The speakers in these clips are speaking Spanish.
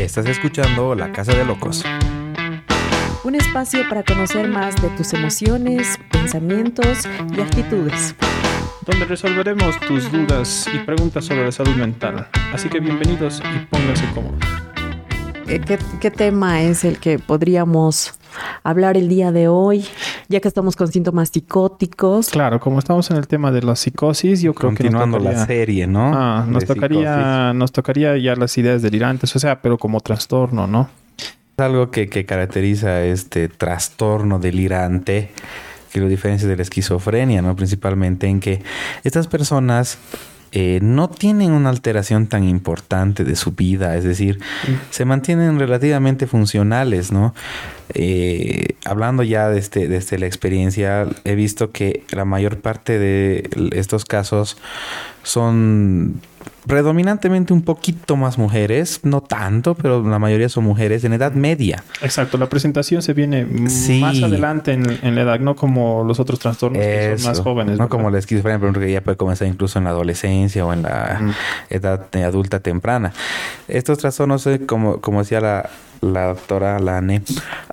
Estás escuchando La Casa de Locos. Un espacio para conocer más de tus emociones, pensamientos y actitudes. Donde resolveremos tus dudas y preguntas sobre la salud mental. Así que bienvenidos y pónganse cómodos. ¿Qué tema es el que podríamos hablar el día de hoy? Ya que estamos con síntomas psicóticos. Claro, como estamos en el tema de la psicosis, yo creo que continuando la serie, ¿no? Nos tocaría ya las ideas delirantes, o sea, pero como trastorno, ¿no? Es algo que caracteriza a este trastorno delirante, que lo diferencia de la esquizofrenia, ¿no? Principalmente en que estas personas no tienen una alteración tan importante de su vida, es decir, se mantienen relativamente funcionales, ¿no? Hablando ya de la experiencia, he visto que la mayor parte de estos casos son predominantemente un poquito más mujeres, no tanto, pero la mayoría son mujeres en edad media. Exacto, la presentación se viene más adelante en la edad, no como los otros trastornos que son más jóvenes. No, ¿verdad? Como la esquizofrenia, pero que ya puede comenzar incluso en la adolescencia o en la edad adulta temprana. Estos trastornos, como decía la doctora Lane,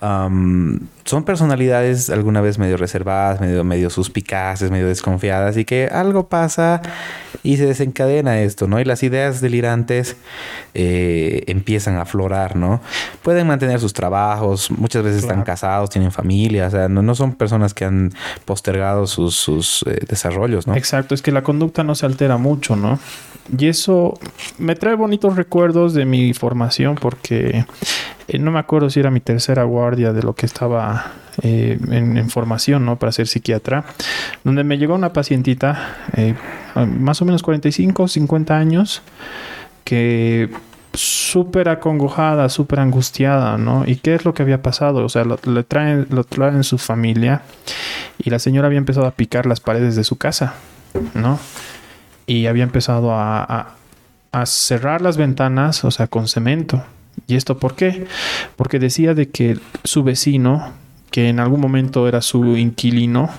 son personalidades alguna vez medio reservadas, medio suspicaces, medio desconfiadas, y que algo pasa y se desencadena esto, ¿no? Y las ideas delirantes empiezan a aflorar, ¿no? Pueden mantener sus trabajos, muchas veces están casados, tienen familia, o sea, no son personas que han postergado sus desarrollos, ¿no? Exacto, es que la conducta no se altera mucho, ¿no? Y eso me trae bonitos recuerdos de mi formación porque no me acuerdo si era mi tercera guardia de lo que estaba en formación, ¿no? Para ser psiquiatra, donde me llegó una pacientita, más o menos 45, 50 años, que súper acongojada, súper angustiada, ¿no? ¿Y qué es lo que había pasado? O sea, lo traen su familia y la señora había empezado a picar las paredes de su casa, ¿no? Y había empezado a cerrar las ventanas, o sea, con cemento. ¿Y esto por qué? Porque decía de que su vecino, que en algún momento era su inquilino,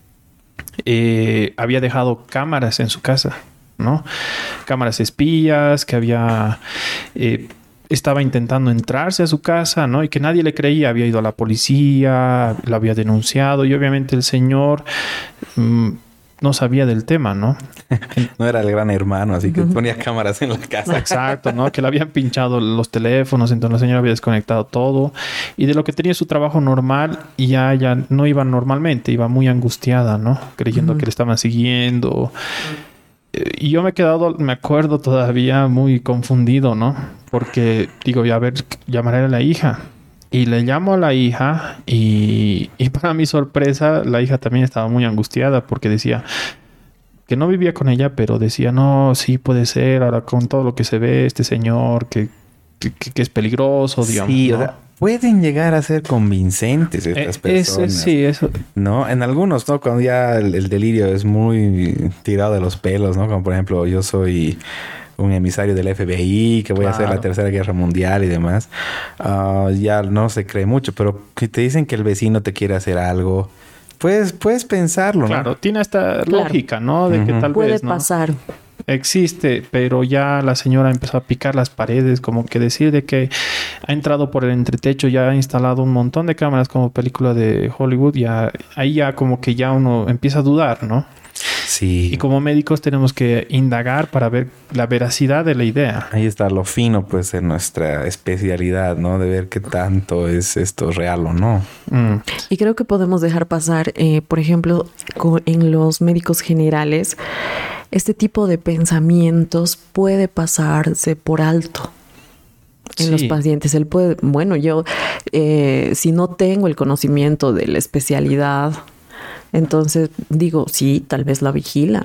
había dejado cámaras en su casa, ¿no? Cámaras espías, que estaba intentando entrarse a su casa, ¿no? Y que nadie le creía. Había ido a la policía, lo había denunciado, y obviamente el señor no sabía del tema, ¿no? No era el gran hermano, así que ponía cámaras en la casa. Exacto, ¿no? Que le habían pinchado los teléfonos, entonces la señora había desconectado todo. Y de lo que tenía su trabajo normal, ya no iba normalmente, iba muy angustiada, ¿no? Creyendo que le estaban siguiendo. Y yo me acuerdo todavía muy confundido, ¿no? Porque digo, llamaré a la hija. Y le llamo a la hija y para mi sorpresa, la hija también estaba muy angustiada porque decía que no vivía con ella, pero decía, no, sí puede ser, ahora con todo lo que se ve, este señor que es peligroso, digamos. Sí, ¿no? O sea, pueden llegar a ser convincentes estas personas. Eso. ¿No? En algunos, ¿no? Cuando ya el delirio es muy tirado de los pelos, ¿no? Como por ejemplo, yo soy un emisario del FBI, que voy a hacer la Tercera Guerra Mundial y demás. Ya no se cree mucho, pero si te dicen que el vecino te quiere hacer algo, puedes pensarlo, ¿no? Claro, tiene esta lógica, ¿no? De que tal puede vez, ¿no? pasar. Existe, pero ya la señora empezó a picar las paredes, como que decir de que ha entrado por el entretecho, ya ha instalado un montón de cámaras como película de Hollywood, ahí ya como que ya uno empieza a dudar, ¿no? Sí. Y como médicos tenemos que indagar para ver la veracidad de la idea. Ahí está lo fino, pues, en nuestra especialidad, ¿no? De ver qué tanto es esto real o no. Y creo que podemos dejar pasar, por ejemplo, en los médicos generales, este tipo de pensamientos puede pasarse por alto en los pacientes. Él puede, yo, si no tengo el conocimiento de la especialidad, entonces digo, sí, tal vez la vigila.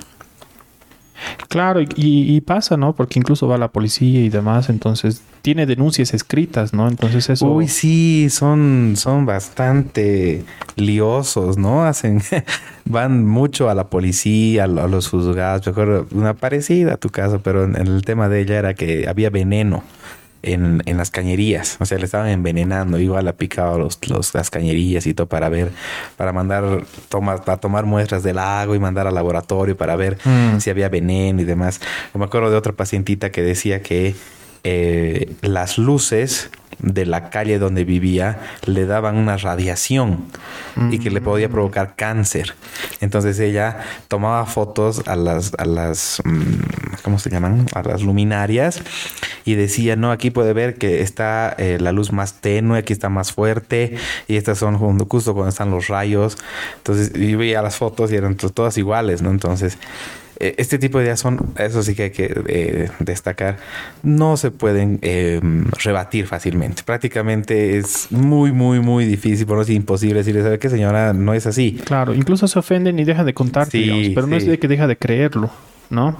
Claro, y pasa, ¿no? Porque incluso va la policía y demás, entonces tiene denuncias escritas, ¿no? Entonces eso... Uy, sí, son bastante liosos, ¿no? Van mucho a la policía, a los juzgados. Mejor una parecida a tu caso, pero en el tema de ella era que había veneno en las cañerías. O sea, le estaban envenenando. Igual ha picado las cañerías y todo para mandar a tomar muestras del agua y mandar al laboratorio para ver si había veneno y demás. Me acuerdo de otra pacientita que decía que las luces de la calle donde vivía le daban una radiación y que le podía provocar cáncer. Entonces ella tomaba fotos a las ¿cómo se llaman? A las luminarias y decía, no, aquí puede ver que está la luz más tenue, aquí está más fuerte y estas son justo cuando están los rayos. Entonces yo veía las fotos y eran todas iguales, ¿no? Entonces este tipo de ideas son, eso sí que hay que destacar, no se pueden rebatir fácilmente. Prácticamente es muy, muy, muy difícil, por no decir imposible, decirle, ¿sabe qué, señora? No es así. Claro, incluso se ofenden y dejan de contarte, digamos, pero no es de que deja de creerlo, ¿no?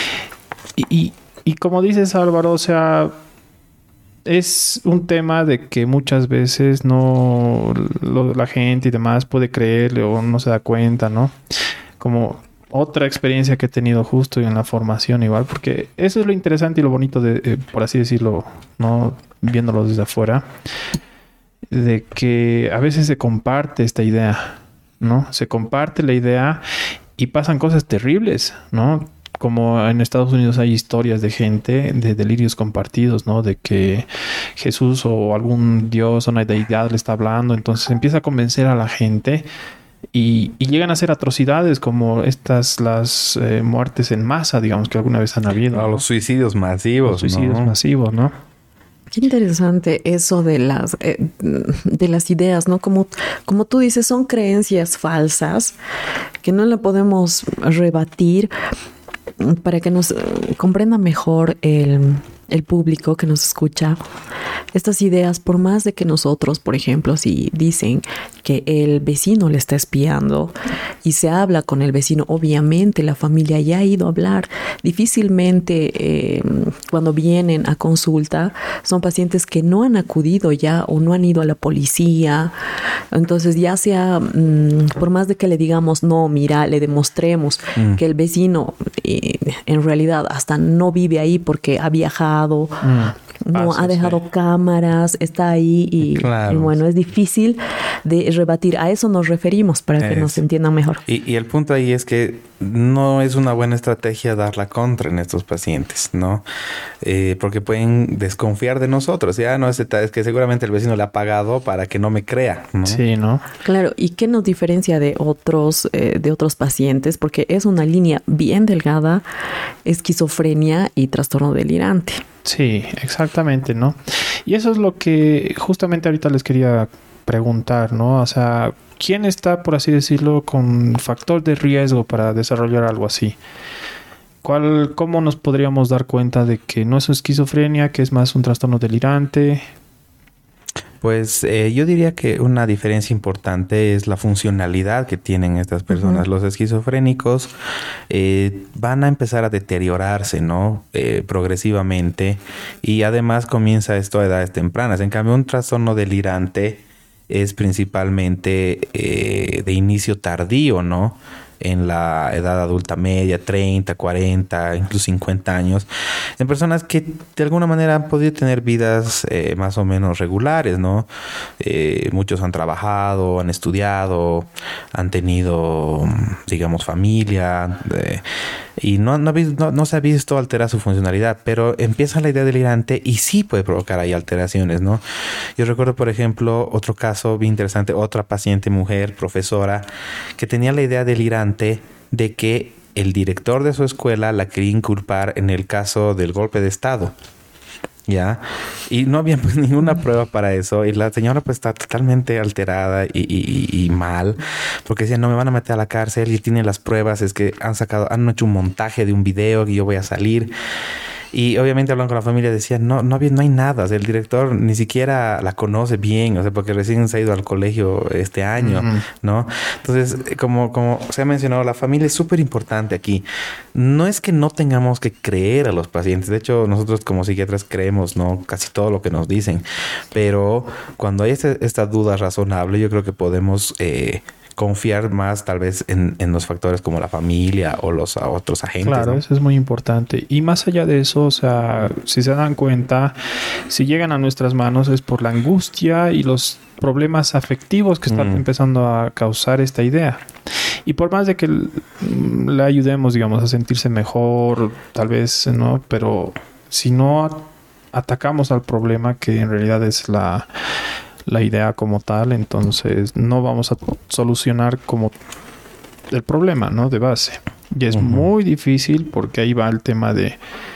Y como dices, Álvaro, o sea, es un tema de que muchas veces la gente y demás puede creerle o no se da cuenta, ¿no? Como otra experiencia que he tenido justo en la formación igual, porque eso es lo interesante y lo bonito de, por así decirlo, ¿no? Viéndolo desde afuera, de que a veces se comparte esta idea, ¿no? Se comparte la idea y pasan cosas terribles, ¿no? Como en Estados Unidos hay historias de gente, de delirios compartidos, ¿no? De que Jesús o algún dios o una deidad le está hablando, entonces empieza a convencer a la gente. Y llegan a hacer atrocidades como las muertes en masa, digamos, que alguna vez han habido, ¿no? Los suicidios masivos, masivos, ¿no? Qué interesante eso de las ideas, ¿no? Como tú dices, son creencias falsas que no la podemos rebatir para que nos comprenda mejor el público que nos escucha. Estas ideas, por más de que nosotros, por ejemplo, si dicen que el vecino le está espiando y se habla con el vecino, obviamente la familia ya ha ido a hablar. Difícilmente cuando vienen a consulta son pacientes que no han acudido ya o no han ido a la policía. Entonces ya sea, por más de que le digamos, no, mira, le demostremos que el vecino en realidad hasta no vive ahí porque ha viajado, no ha dejado cámaras, está ahí y bueno, es difícil de rebatir. A eso nos referimos para que nos entiendan mejor. Y el punto ahí es que no es una buena estrategia dar la contra en estos pacientes, ¿no? Porque pueden desconfiar de nosotros. Ya no es que seguramente el vecino le ha pagado para que no me crea, ¿no? Sí, ¿no? Claro. ¿Y qué nos diferencia de otros pacientes? Porque es una línea bien delgada, esquizofrenia y trastorno delirante. Sí, exactamente, ¿no? Y eso es lo que justamente ahorita les quería preguntar, ¿no? O sea, ¿quién está, por así decirlo, con factor de riesgo para desarrollar algo así? ¿Cómo nos podríamos dar cuenta de que no es esquizofrenia, que es más un trastorno delirante? Pues yo diría que una diferencia importante es la funcionalidad que tienen estas personas. Los esquizofrénicos van a empezar a deteriorarse, ¿no? Progresivamente, y además comienza esto a edades tempranas. En cambio, un trastorno delirante es principalmente de inicio tardío, ¿no? En la edad adulta media, 30, 40, incluso 50 años, en personas que de alguna manera han podido tener vidas más o menos regulares, ¿no? Muchos han trabajado, han estudiado, han tenido, digamos, familia, y no se ha visto alterar su funcionalidad, pero empieza la idea delirante y sí puede provocar ahí alteraciones, ¿no? Yo recuerdo, por ejemplo, otro caso bien interesante, otra paciente mujer, profesora, que tenía la idea delirante de que el director de su escuela la quería inculpar en el caso del golpe de Estado. ¿Ya? Y no había pues ninguna prueba para eso. Y la señora pues está totalmente alterada y mal. Porque decía, no me van a meter a la cárcel y tienen las pruebas. Es que han hecho un montaje de un video y yo voy a salir. Y obviamente hablando con la familia decían, no hay nada. O sea, el director ni siquiera la conoce bien, o sea, porque recién se ha ido al colegio este año, ¿no? Entonces, como se ha mencionado, la familia es súper importante aquí. No es que no tengamos que creer a los pacientes. De hecho, nosotros como psiquiatras creemos, ¿no? Casi todo lo que nos dicen. Pero cuando hay esta duda razonable, yo creo que podemos confiar más tal vez en los factores como la familia o los otros agentes. Claro, ¿no? Eso es muy importante. Y más allá de eso, o sea, si se dan cuenta, si llegan a nuestras manos es por la angustia y los problemas afectivos que están empezando a causar esta idea. Y por más de que le ayudemos, digamos, a sentirse mejor, tal vez, ¿no? Pero si no atacamos al problema que en realidad es la idea como tal, entonces no vamos a solucionar como el problema, ¿no? De base. Y es muy difícil porque ahí va el tema de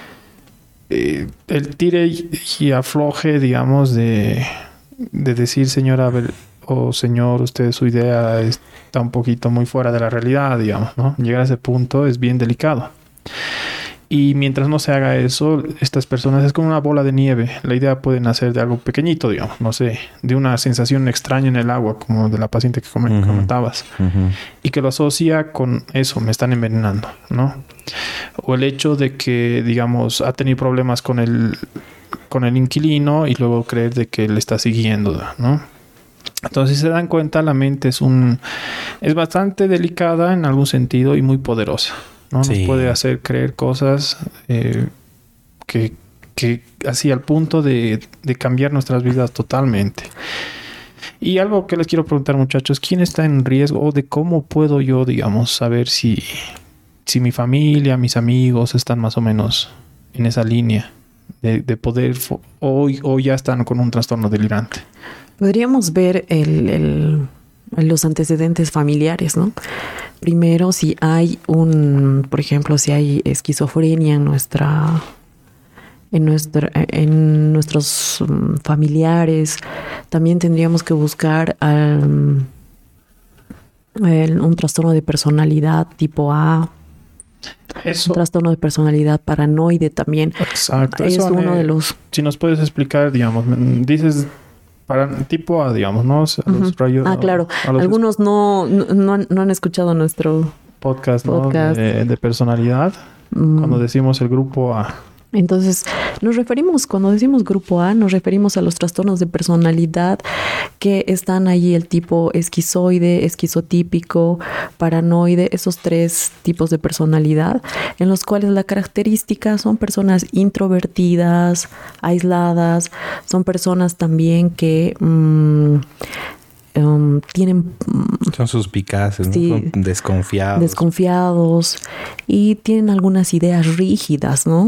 el tire y afloje, digamos, de decir, señora, o señor, usted su idea está un poquito muy fuera de la realidad, digamos, ¿no? Llegar a ese punto es bien delicado. Y mientras no se haga eso, estas personas es como una bola de nieve. La idea puede nacer de algo pequeñito, digamos, no sé, de una sensación extraña en el agua, como de la paciente que comentabas, y que lo asocia con eso, me están envenenando, ¿no? O el hecho de que, digamos, ha tenido problemas con el inquilino y luego creer de que le está siguiendo, ¿no? Entonces, si se dan cuenta, la mente es bastante delicada en algún sentido y muy poderosa, ¿no? Sí. Nos puede hacer creer cosas que así al punto de cambiar nuestras vidas totalmente. Y algo que les quiero preguntar, muchachos, ¿quién está en riesgo o de cómo puedo yo, digamos, saber si mi familia, mis amigos están más o menos en esa línea de poder o ya están con un trastorno delirante? Podríamos ver los antecedentes familiares, ¿no? Primero, si hay por ejemplo, si hay esquizofrenia en nuestros familiares, también tendríamos que buscar un trastorno de personalidad tipo A. Eso. Un trastorno de personalidad paranoide también. Exacto. Es uno de los... Si nos puedes explicar, digamos, dices... tipo A, digamos, ¿no? Los rayos, claro. Algunos no han escuchado nuestro podcast. ¿No? De personalidad. Cuando decimos el grupo A. Entonces, cuando decimos grupo A, nos referimos a los trastornos de personalidad que están allí, el tipo esquizoide, esquizotípico, paranoide, esos 3 tipos de personalidad, en los cuales la característica son personas introvertidas, aisladas, son personas también que tienen... Son suspicaces, sí, ¿no? Son desconfiados y tienen algunas ideas rígidas, ¿no?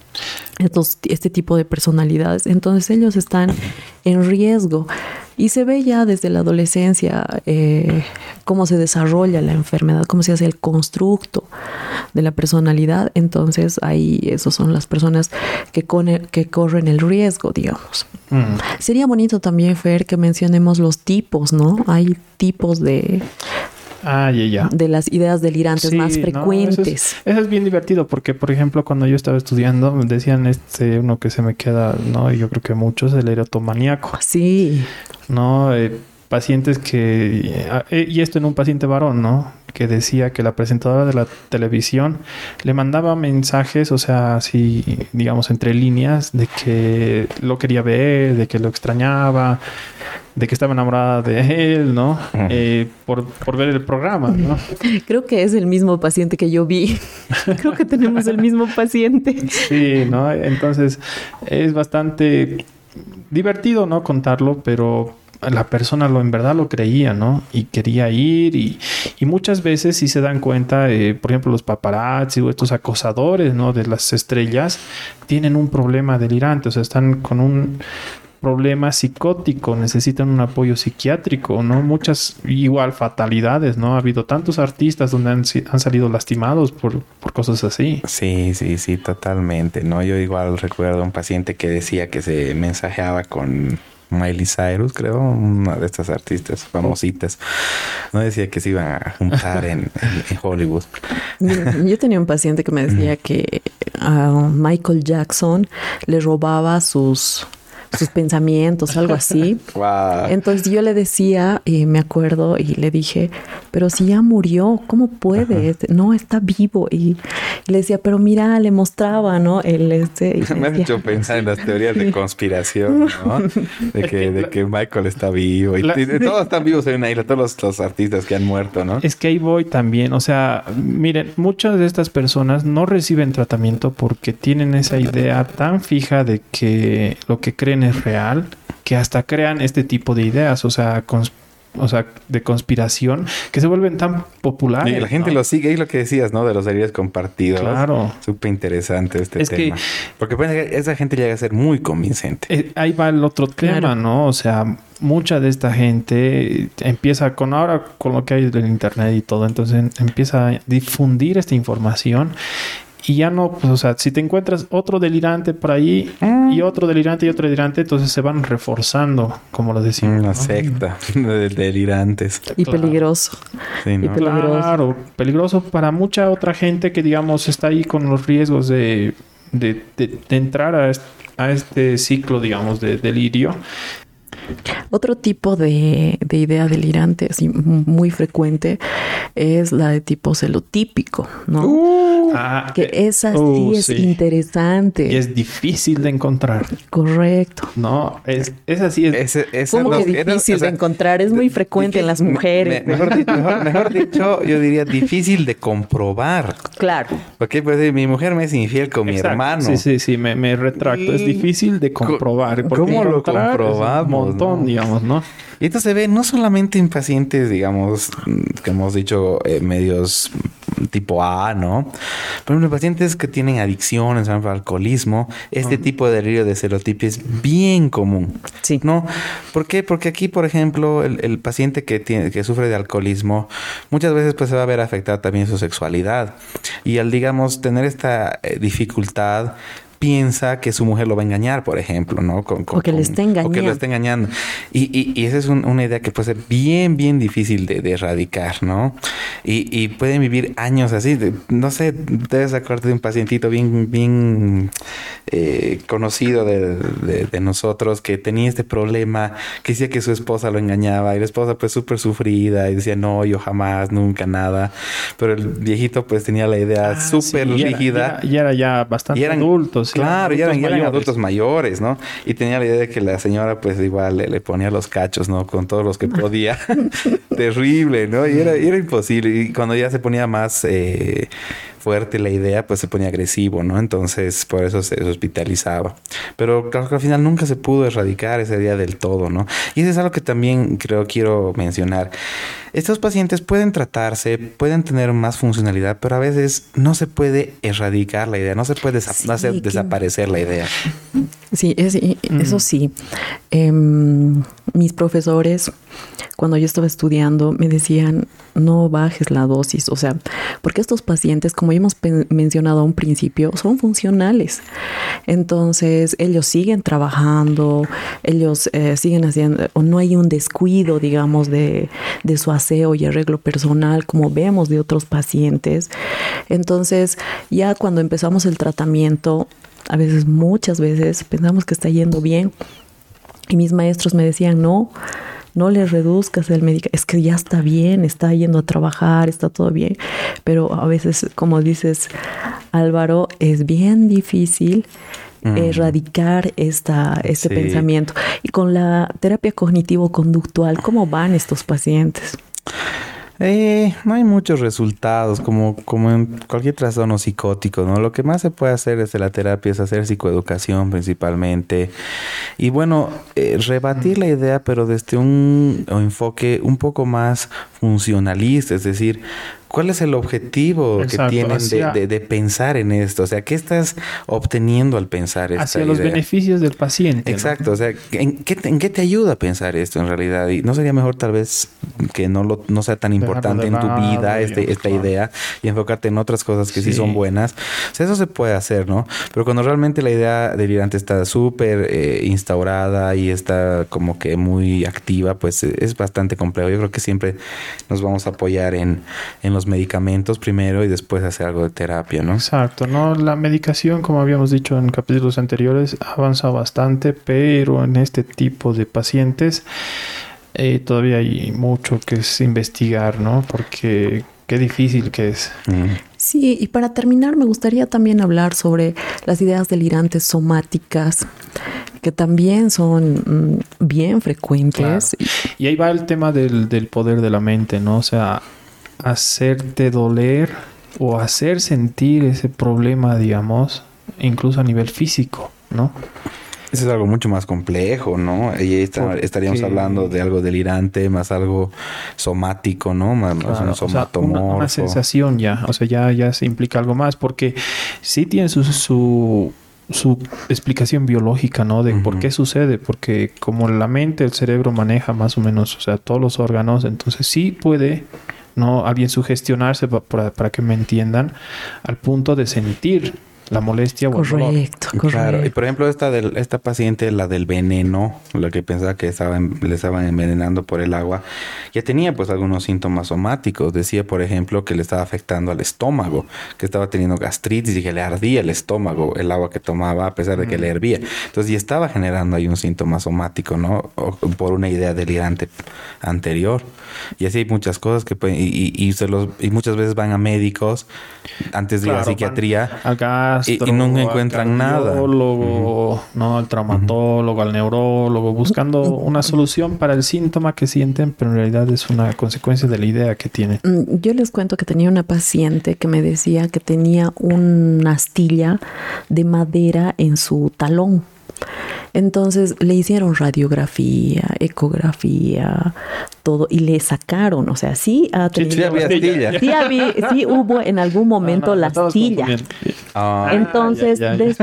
Este tipo de personalidades. Entonces ellos están en riesgo y se ve ya desde la adolescencia cómo se desarrolla la enfermedad, cómo se hace el constructo de la personalidad. Entonces ahí esos son las personas que corren el riesgo, digamos. Sería bonito también, Fer, que mencionemos los tipos, ¿no? Hay tipos de las ideas delirantes más frecuentes. Eso es bien divertido porque, por ejemplo, cuando yo estaba estudiando, me decían uno que se me queda, ¿no? Y yo creo que muchos, el erotomaníaco. Sí. ¿No? Pacientes y esto en un paciente varón, ¿no? Que decía que la presentadora de la televisión le mandaba mensajes, o sea, así, digamos, entre líneas, de que lo quería ver, de que lo extrañaba, de que estaba enamorada de él, ¿no? Por ver el programa, ¿no? Creo que es el mismo paciente que yo vi. Creo que tenemos el mismo paciente. Sí, ¿no? Entonces, es bastante divertido, ¿no? Contarlo, pero la persona en verdad lo creía, ¿no? Y quería ir y muchas veces si se dan cuenta, por ejemplo, los paparazzi o estos acosadores, ¿no? De las estrellas tienen un problema delirante, o sea, están con un problema psicótico, necesitan un apoyo psiquiátrico, ¿no? Muchas igual fatalidades, ¿no? Ha habido tantos artistas donde han salido lastimados por cosas así. Sí, totalmente, ¿no? Yo igual recuerdo un paciente que decía que se mensajeaba con Miley Cyrus, creo, una de estas artistas famositas. No decía que se iban a juntar en Hollywood. Yo tenía un paciente que me decía que a Michael Jackson le robaba sus pensamientos, algo así. Wow. Entonces yo le decía, y me acuerdo, y le dije, pero si ya murió, ¿cómo puede? Ajá. No, está vivo. Y le decía, pero mira, le mostraba, ¿no? Me ha hecho pensar en las teorías de conspiración, ¿no? De que Michael está vivo. Y todos están vivos en una isla, todos los artistas que han muerto, ¿no? Es que ahí voy también. O sea, miren, muchas de estas personas no reciben tratamiento porque tienen esa idea tan fija de que lo que creen es real, que hasta crean este tipo de ideas, o sea, o sea, de conspiración, que se vuelven tan populares. Y la gente, ¿no?, lo sigue, y lo que decías, ¿no? De los delirios compartidos. Claro. Súper interesante este es tema. Porque esa gente llega a ser muy convincente. Ahí va el otro tema, ¿no? O sea, mucha de esta gente empieza ahora con lo que hay del internet y todo, entonces empieza a difundir esta información. Y ya no, pues, o sea, si te encuentras otro delirante por ahí y otro delirante, entonces se van reforzando, como lo decimos. Una ¿no? secta de delirantes. Y peligroso. Sí, ¿no? Y peligroso. Claro, peligroso para mucha otra gente que, digamos, está ahí con los riesgos de entrar a este ciclo, digamos, de delirio. Otro tipo de idea delirante, así muy frecuente, es la de tipo celotípico, ¿no? Que esa sí es interesante. Y es difícil de encontrar. Correcto. No, esa sí es... ¿Cómo que difícil de encontrar? Es muy frecuente en las mujeres. Mejor dicho, yo diría difícil de comprobar. Claro. Porque pues, mi mujer me es infiel con mi hermano. Sí, me retracto. Es difícil de comprobar. ¿Cómo lo comprobamos? Un montón, digamos, ¿no? Y esto se ve no solamente en pacientes, digamos, que hemos dicho medios tipo A, ¿no? Pero en pacientes que tienen adicciones, por ejemplo, alcoholismo, este tipo de delirio de celotipia es bien común. Sí. ¿No? ¿Por qué? Porque aquí, por ejemplo, el paciente que sufre de alcoholismo, muchas veces pues se va a ver afectada también su sexualidad. Y al, digamos, tener esta dificultad, piensa que su mujer lo va a engañar, por ejemplo, ¿no? O que le esté engañando. O que lo esté engañando. Y esa es una idea que puede ser bien, bien difícil de erradicar, ¿no? Y pueden vivir años así. No sé, debes acordarte de un pacientito bien conocido de nosotros que tenía este problema, que decía que su esposa lo engañaba y la esposa pues súper sufrida y decía, no, yo jamás, nunca, nada. Pero el viejito pues tenía la idea súper rígida. Y era ya bastante adultos. Claro, ya eran adultos mayores, ¿no? Y tenía la idea de que la señora, pues, igual le ponía los cachos, ¿no? Con todos los que podía. Terrible, ¿no? Y era imposible. Y cuando ya se ponía más fuerte la idea, pues se ponía agresivo, ¿no? Entonces, por eso se hospitalizaba. Pero claro que al final nunca se pudo erradicar esa idea del todo, ¿no? Y eso es algo que también quiero mencionar. Estos pacientes pueden tratarse, pueden tener más funcionalidad, pero a veces no se puede erradicar la idea, no se puede hacer desaparecer la idea. Sí, eso sí. Mis profesores, cuando yo estaba estudiando, me decían, no bajes la dosis. O sea, porque estos pacientes, como ya hemos mencionado a un principio, son funcionales. Entonces, ellos siguen trabajando, ellos siguen haciendo, o no hay un descuido, digamos, de su aseo y arreglo personal, como vemos de otros pacientes. Entonces, ya cuando empezamos el tratamiento, muchas veces pensamos que está yendo bien. Y mis maestros me decían, no le reduzcas el medicamento, es que ya está bien, está yendo a trabajar, está todo bien. Pero a veces, como dices, Álvaro, es bien difícil erradicar este pensamiento. Y con la terapia cognitivo-conductual, ¿cómo van estos pacientes? No hay muchos resultados, como en cualquier trastorno psicótico, ¿no? Lo que más se puede hacer desde la terapia es hacer psicoeducación principalmente. Y bueno, rebatir la idea, pero desde un enfoque un poco más funcionalista, es decir, ¿cuál es el objetivo que tienen de pensar en esto? O sea, ¿qué estás obteniendo al pensar esta hacia los beneficios del paciente? Exacto. ¿No? O sea, ¿en qué te ayuda a pensar esto en realidad? Y ¿no sería mejor tal vez que no sea tan importante en tu vida esta idea y enfocarte en otras cosas que sí son buenas? O sea, eso se puede hacer, ¿no? Pero cuando realmente la idea delirante está súper instaurada y está como que muy activa, pues es bastante complejo. Yo creo que siempre nos vamos a apoyar en los medicamentos primero y después hacer algo de terapia, ¿no? Exacto, ¿no? La medicación, como habíamos dicho en capítulos anteriores, avanza bastante, pero en este tipo de pacientes todavía hay mucho que investigar, ¿no? Porque qué difícil que es. Sí, y para terminar me gustaría también hablar sobre las ideas delirantes somáticas, que también son bien frecuentes. Claro. Y ahí va el tema del poder de la mente, ¿no? O sea, hacerte doler o hacer sentir ese problema, digamos, incluso a nivel físico, ¿no? Eso es algo mucho más complejo, ¿no? Ahí estaríamos hablando de algo delirante, más algo somático, ¿no? Más un somatomorfo. Una sensación ya. O sea, ya se implica algo más. Porque sí tiene su explicación biológica, ¿no? De por qué sucede. Porque como la mente, el cerebro maneja más o menos, o sea, todos los órganos. Entonces sí puede, ¿no? Alguien sugestionarse, para que me entiendan, al punto de sentir la molestia o el dolor. Correcto. Claro. Y por ejemplo, esta paciente, la del veneno, la que pensaba que le estaban envenenando por el agua, ya tenía pues algunos síntomas somáticos. Decía, por ejemplo, que le estaba afectando al estómago, que estaba teniendo gastritis y que le ardía el estómago, el agua que tomaba, a pesar de que le hervía. Entonces ya estaba generando ahí un síntoma somático, ¿no? O por una idea delirante anterior. Y así hay muchas cosas que pueden, y muchas veces van a médicos antes de ir a psiquiatría. Y nunca encuentran nada. ¿No? Al traumatólogo, al neurólogo, buscando una solución para el síntoma que sienten, pero en realidad es una consecuencia de la idea que tienen. Yo les cuento que tenía una paciente que me decía que tenía una astilla de madera en su talón. Entonces le hicieron radiografía, ecografía, todo, y le sacaron, o sea, sí ha tenido... Sí hubo en algún momento la astilla. Entonces,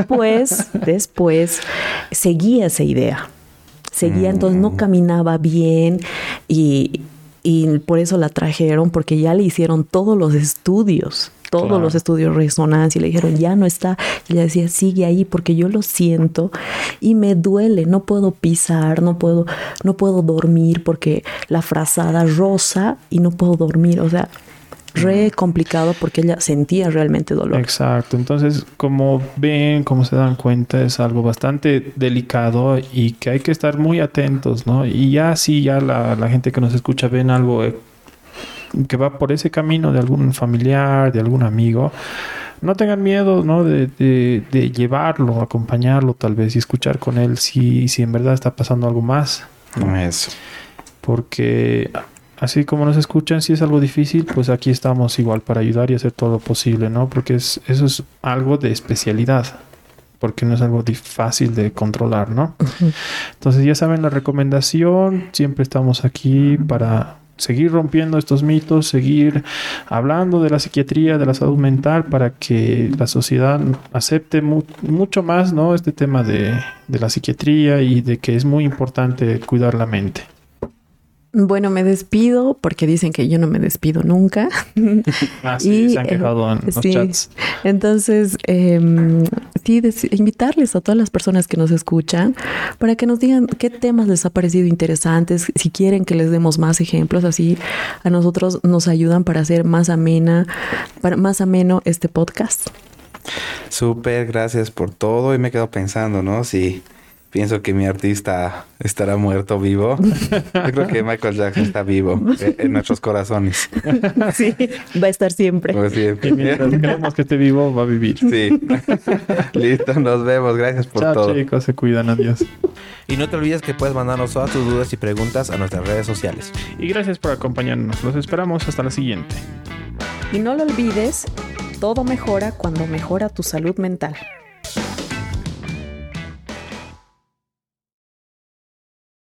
después seguía esa idea. Entonces no caminaba bien y por eso la trajeron, porque ya le hicieron todos los estudios. Los estudios de resonancia, y le dijeron, ya no está. Y ella decía, sigue ahí porque yo lo siento y me duele, no puedo pisar, no puedo dormir porque la frazada rosa y no puedo dormir. O sea, re complicado porque ella sentía realmente dolor. Exacto. Entonces, como se dan cuenta, es algo bastante delicado y que hay que estar muy atentos, ¿no? Y ya la gente que nos escucha ven algo que va por ese camino de algún familiar, de algún amigo, no tengan miedo, ¿no? De llevarlo, acompañarlo tal vez y escuchar con él si en verdad está pasando algo más, ¿no? Eso. Porque así como nos escuchan, si es algo difícil, pues aquí estamos igual para ayudar y hacer todo lo posible, ¿no? Porque eso es algo de especialidad. Porque no es algo fácil de controlar, ¿no? Entonces ya saben la recomendación. Siempre estamos aquí para seguir rompiendo estos mitos, seguir hablando de la psiquiatría, de la salud mental, para que la sociedad acepte mucho más, ¿no? Este tema de la psiquiatría y de que es muy importante cuidar la mente. Bueno, me despido porque dicen que yo no me despido nunca. Sí, se han quejado en los chats. Entonces, invitarles a todas las personas que nos escuchan para que nos digan qué temas les ha parecido interesantes, si quieren que les demos más ejemplos, así a nosotros nos ayudan para hacer más ameno este podcast. Súper, gracias por todo. Y me quedo pensando, ¿no? Si pienso que mi artista estará muerto o vivo. Yo creo que Michael Jackson está vivo en nuestros corazones. Sí, va a estar siempre. Como siempre. Y mientras queremos que esté vivo, va a vivir. Sí. Listo, nos vemos. Gracias por todo. Chao, chicos. Se cuidan. Adiós. Y no te olvides que puedes mandarnos todas tus dudas y preguntas a nuestras redes sociales. Y gracias por acompañarnos. Los esperamos hasta la siguiente. Y no lo olvides, todo mejora cuando mejora tu salud mental.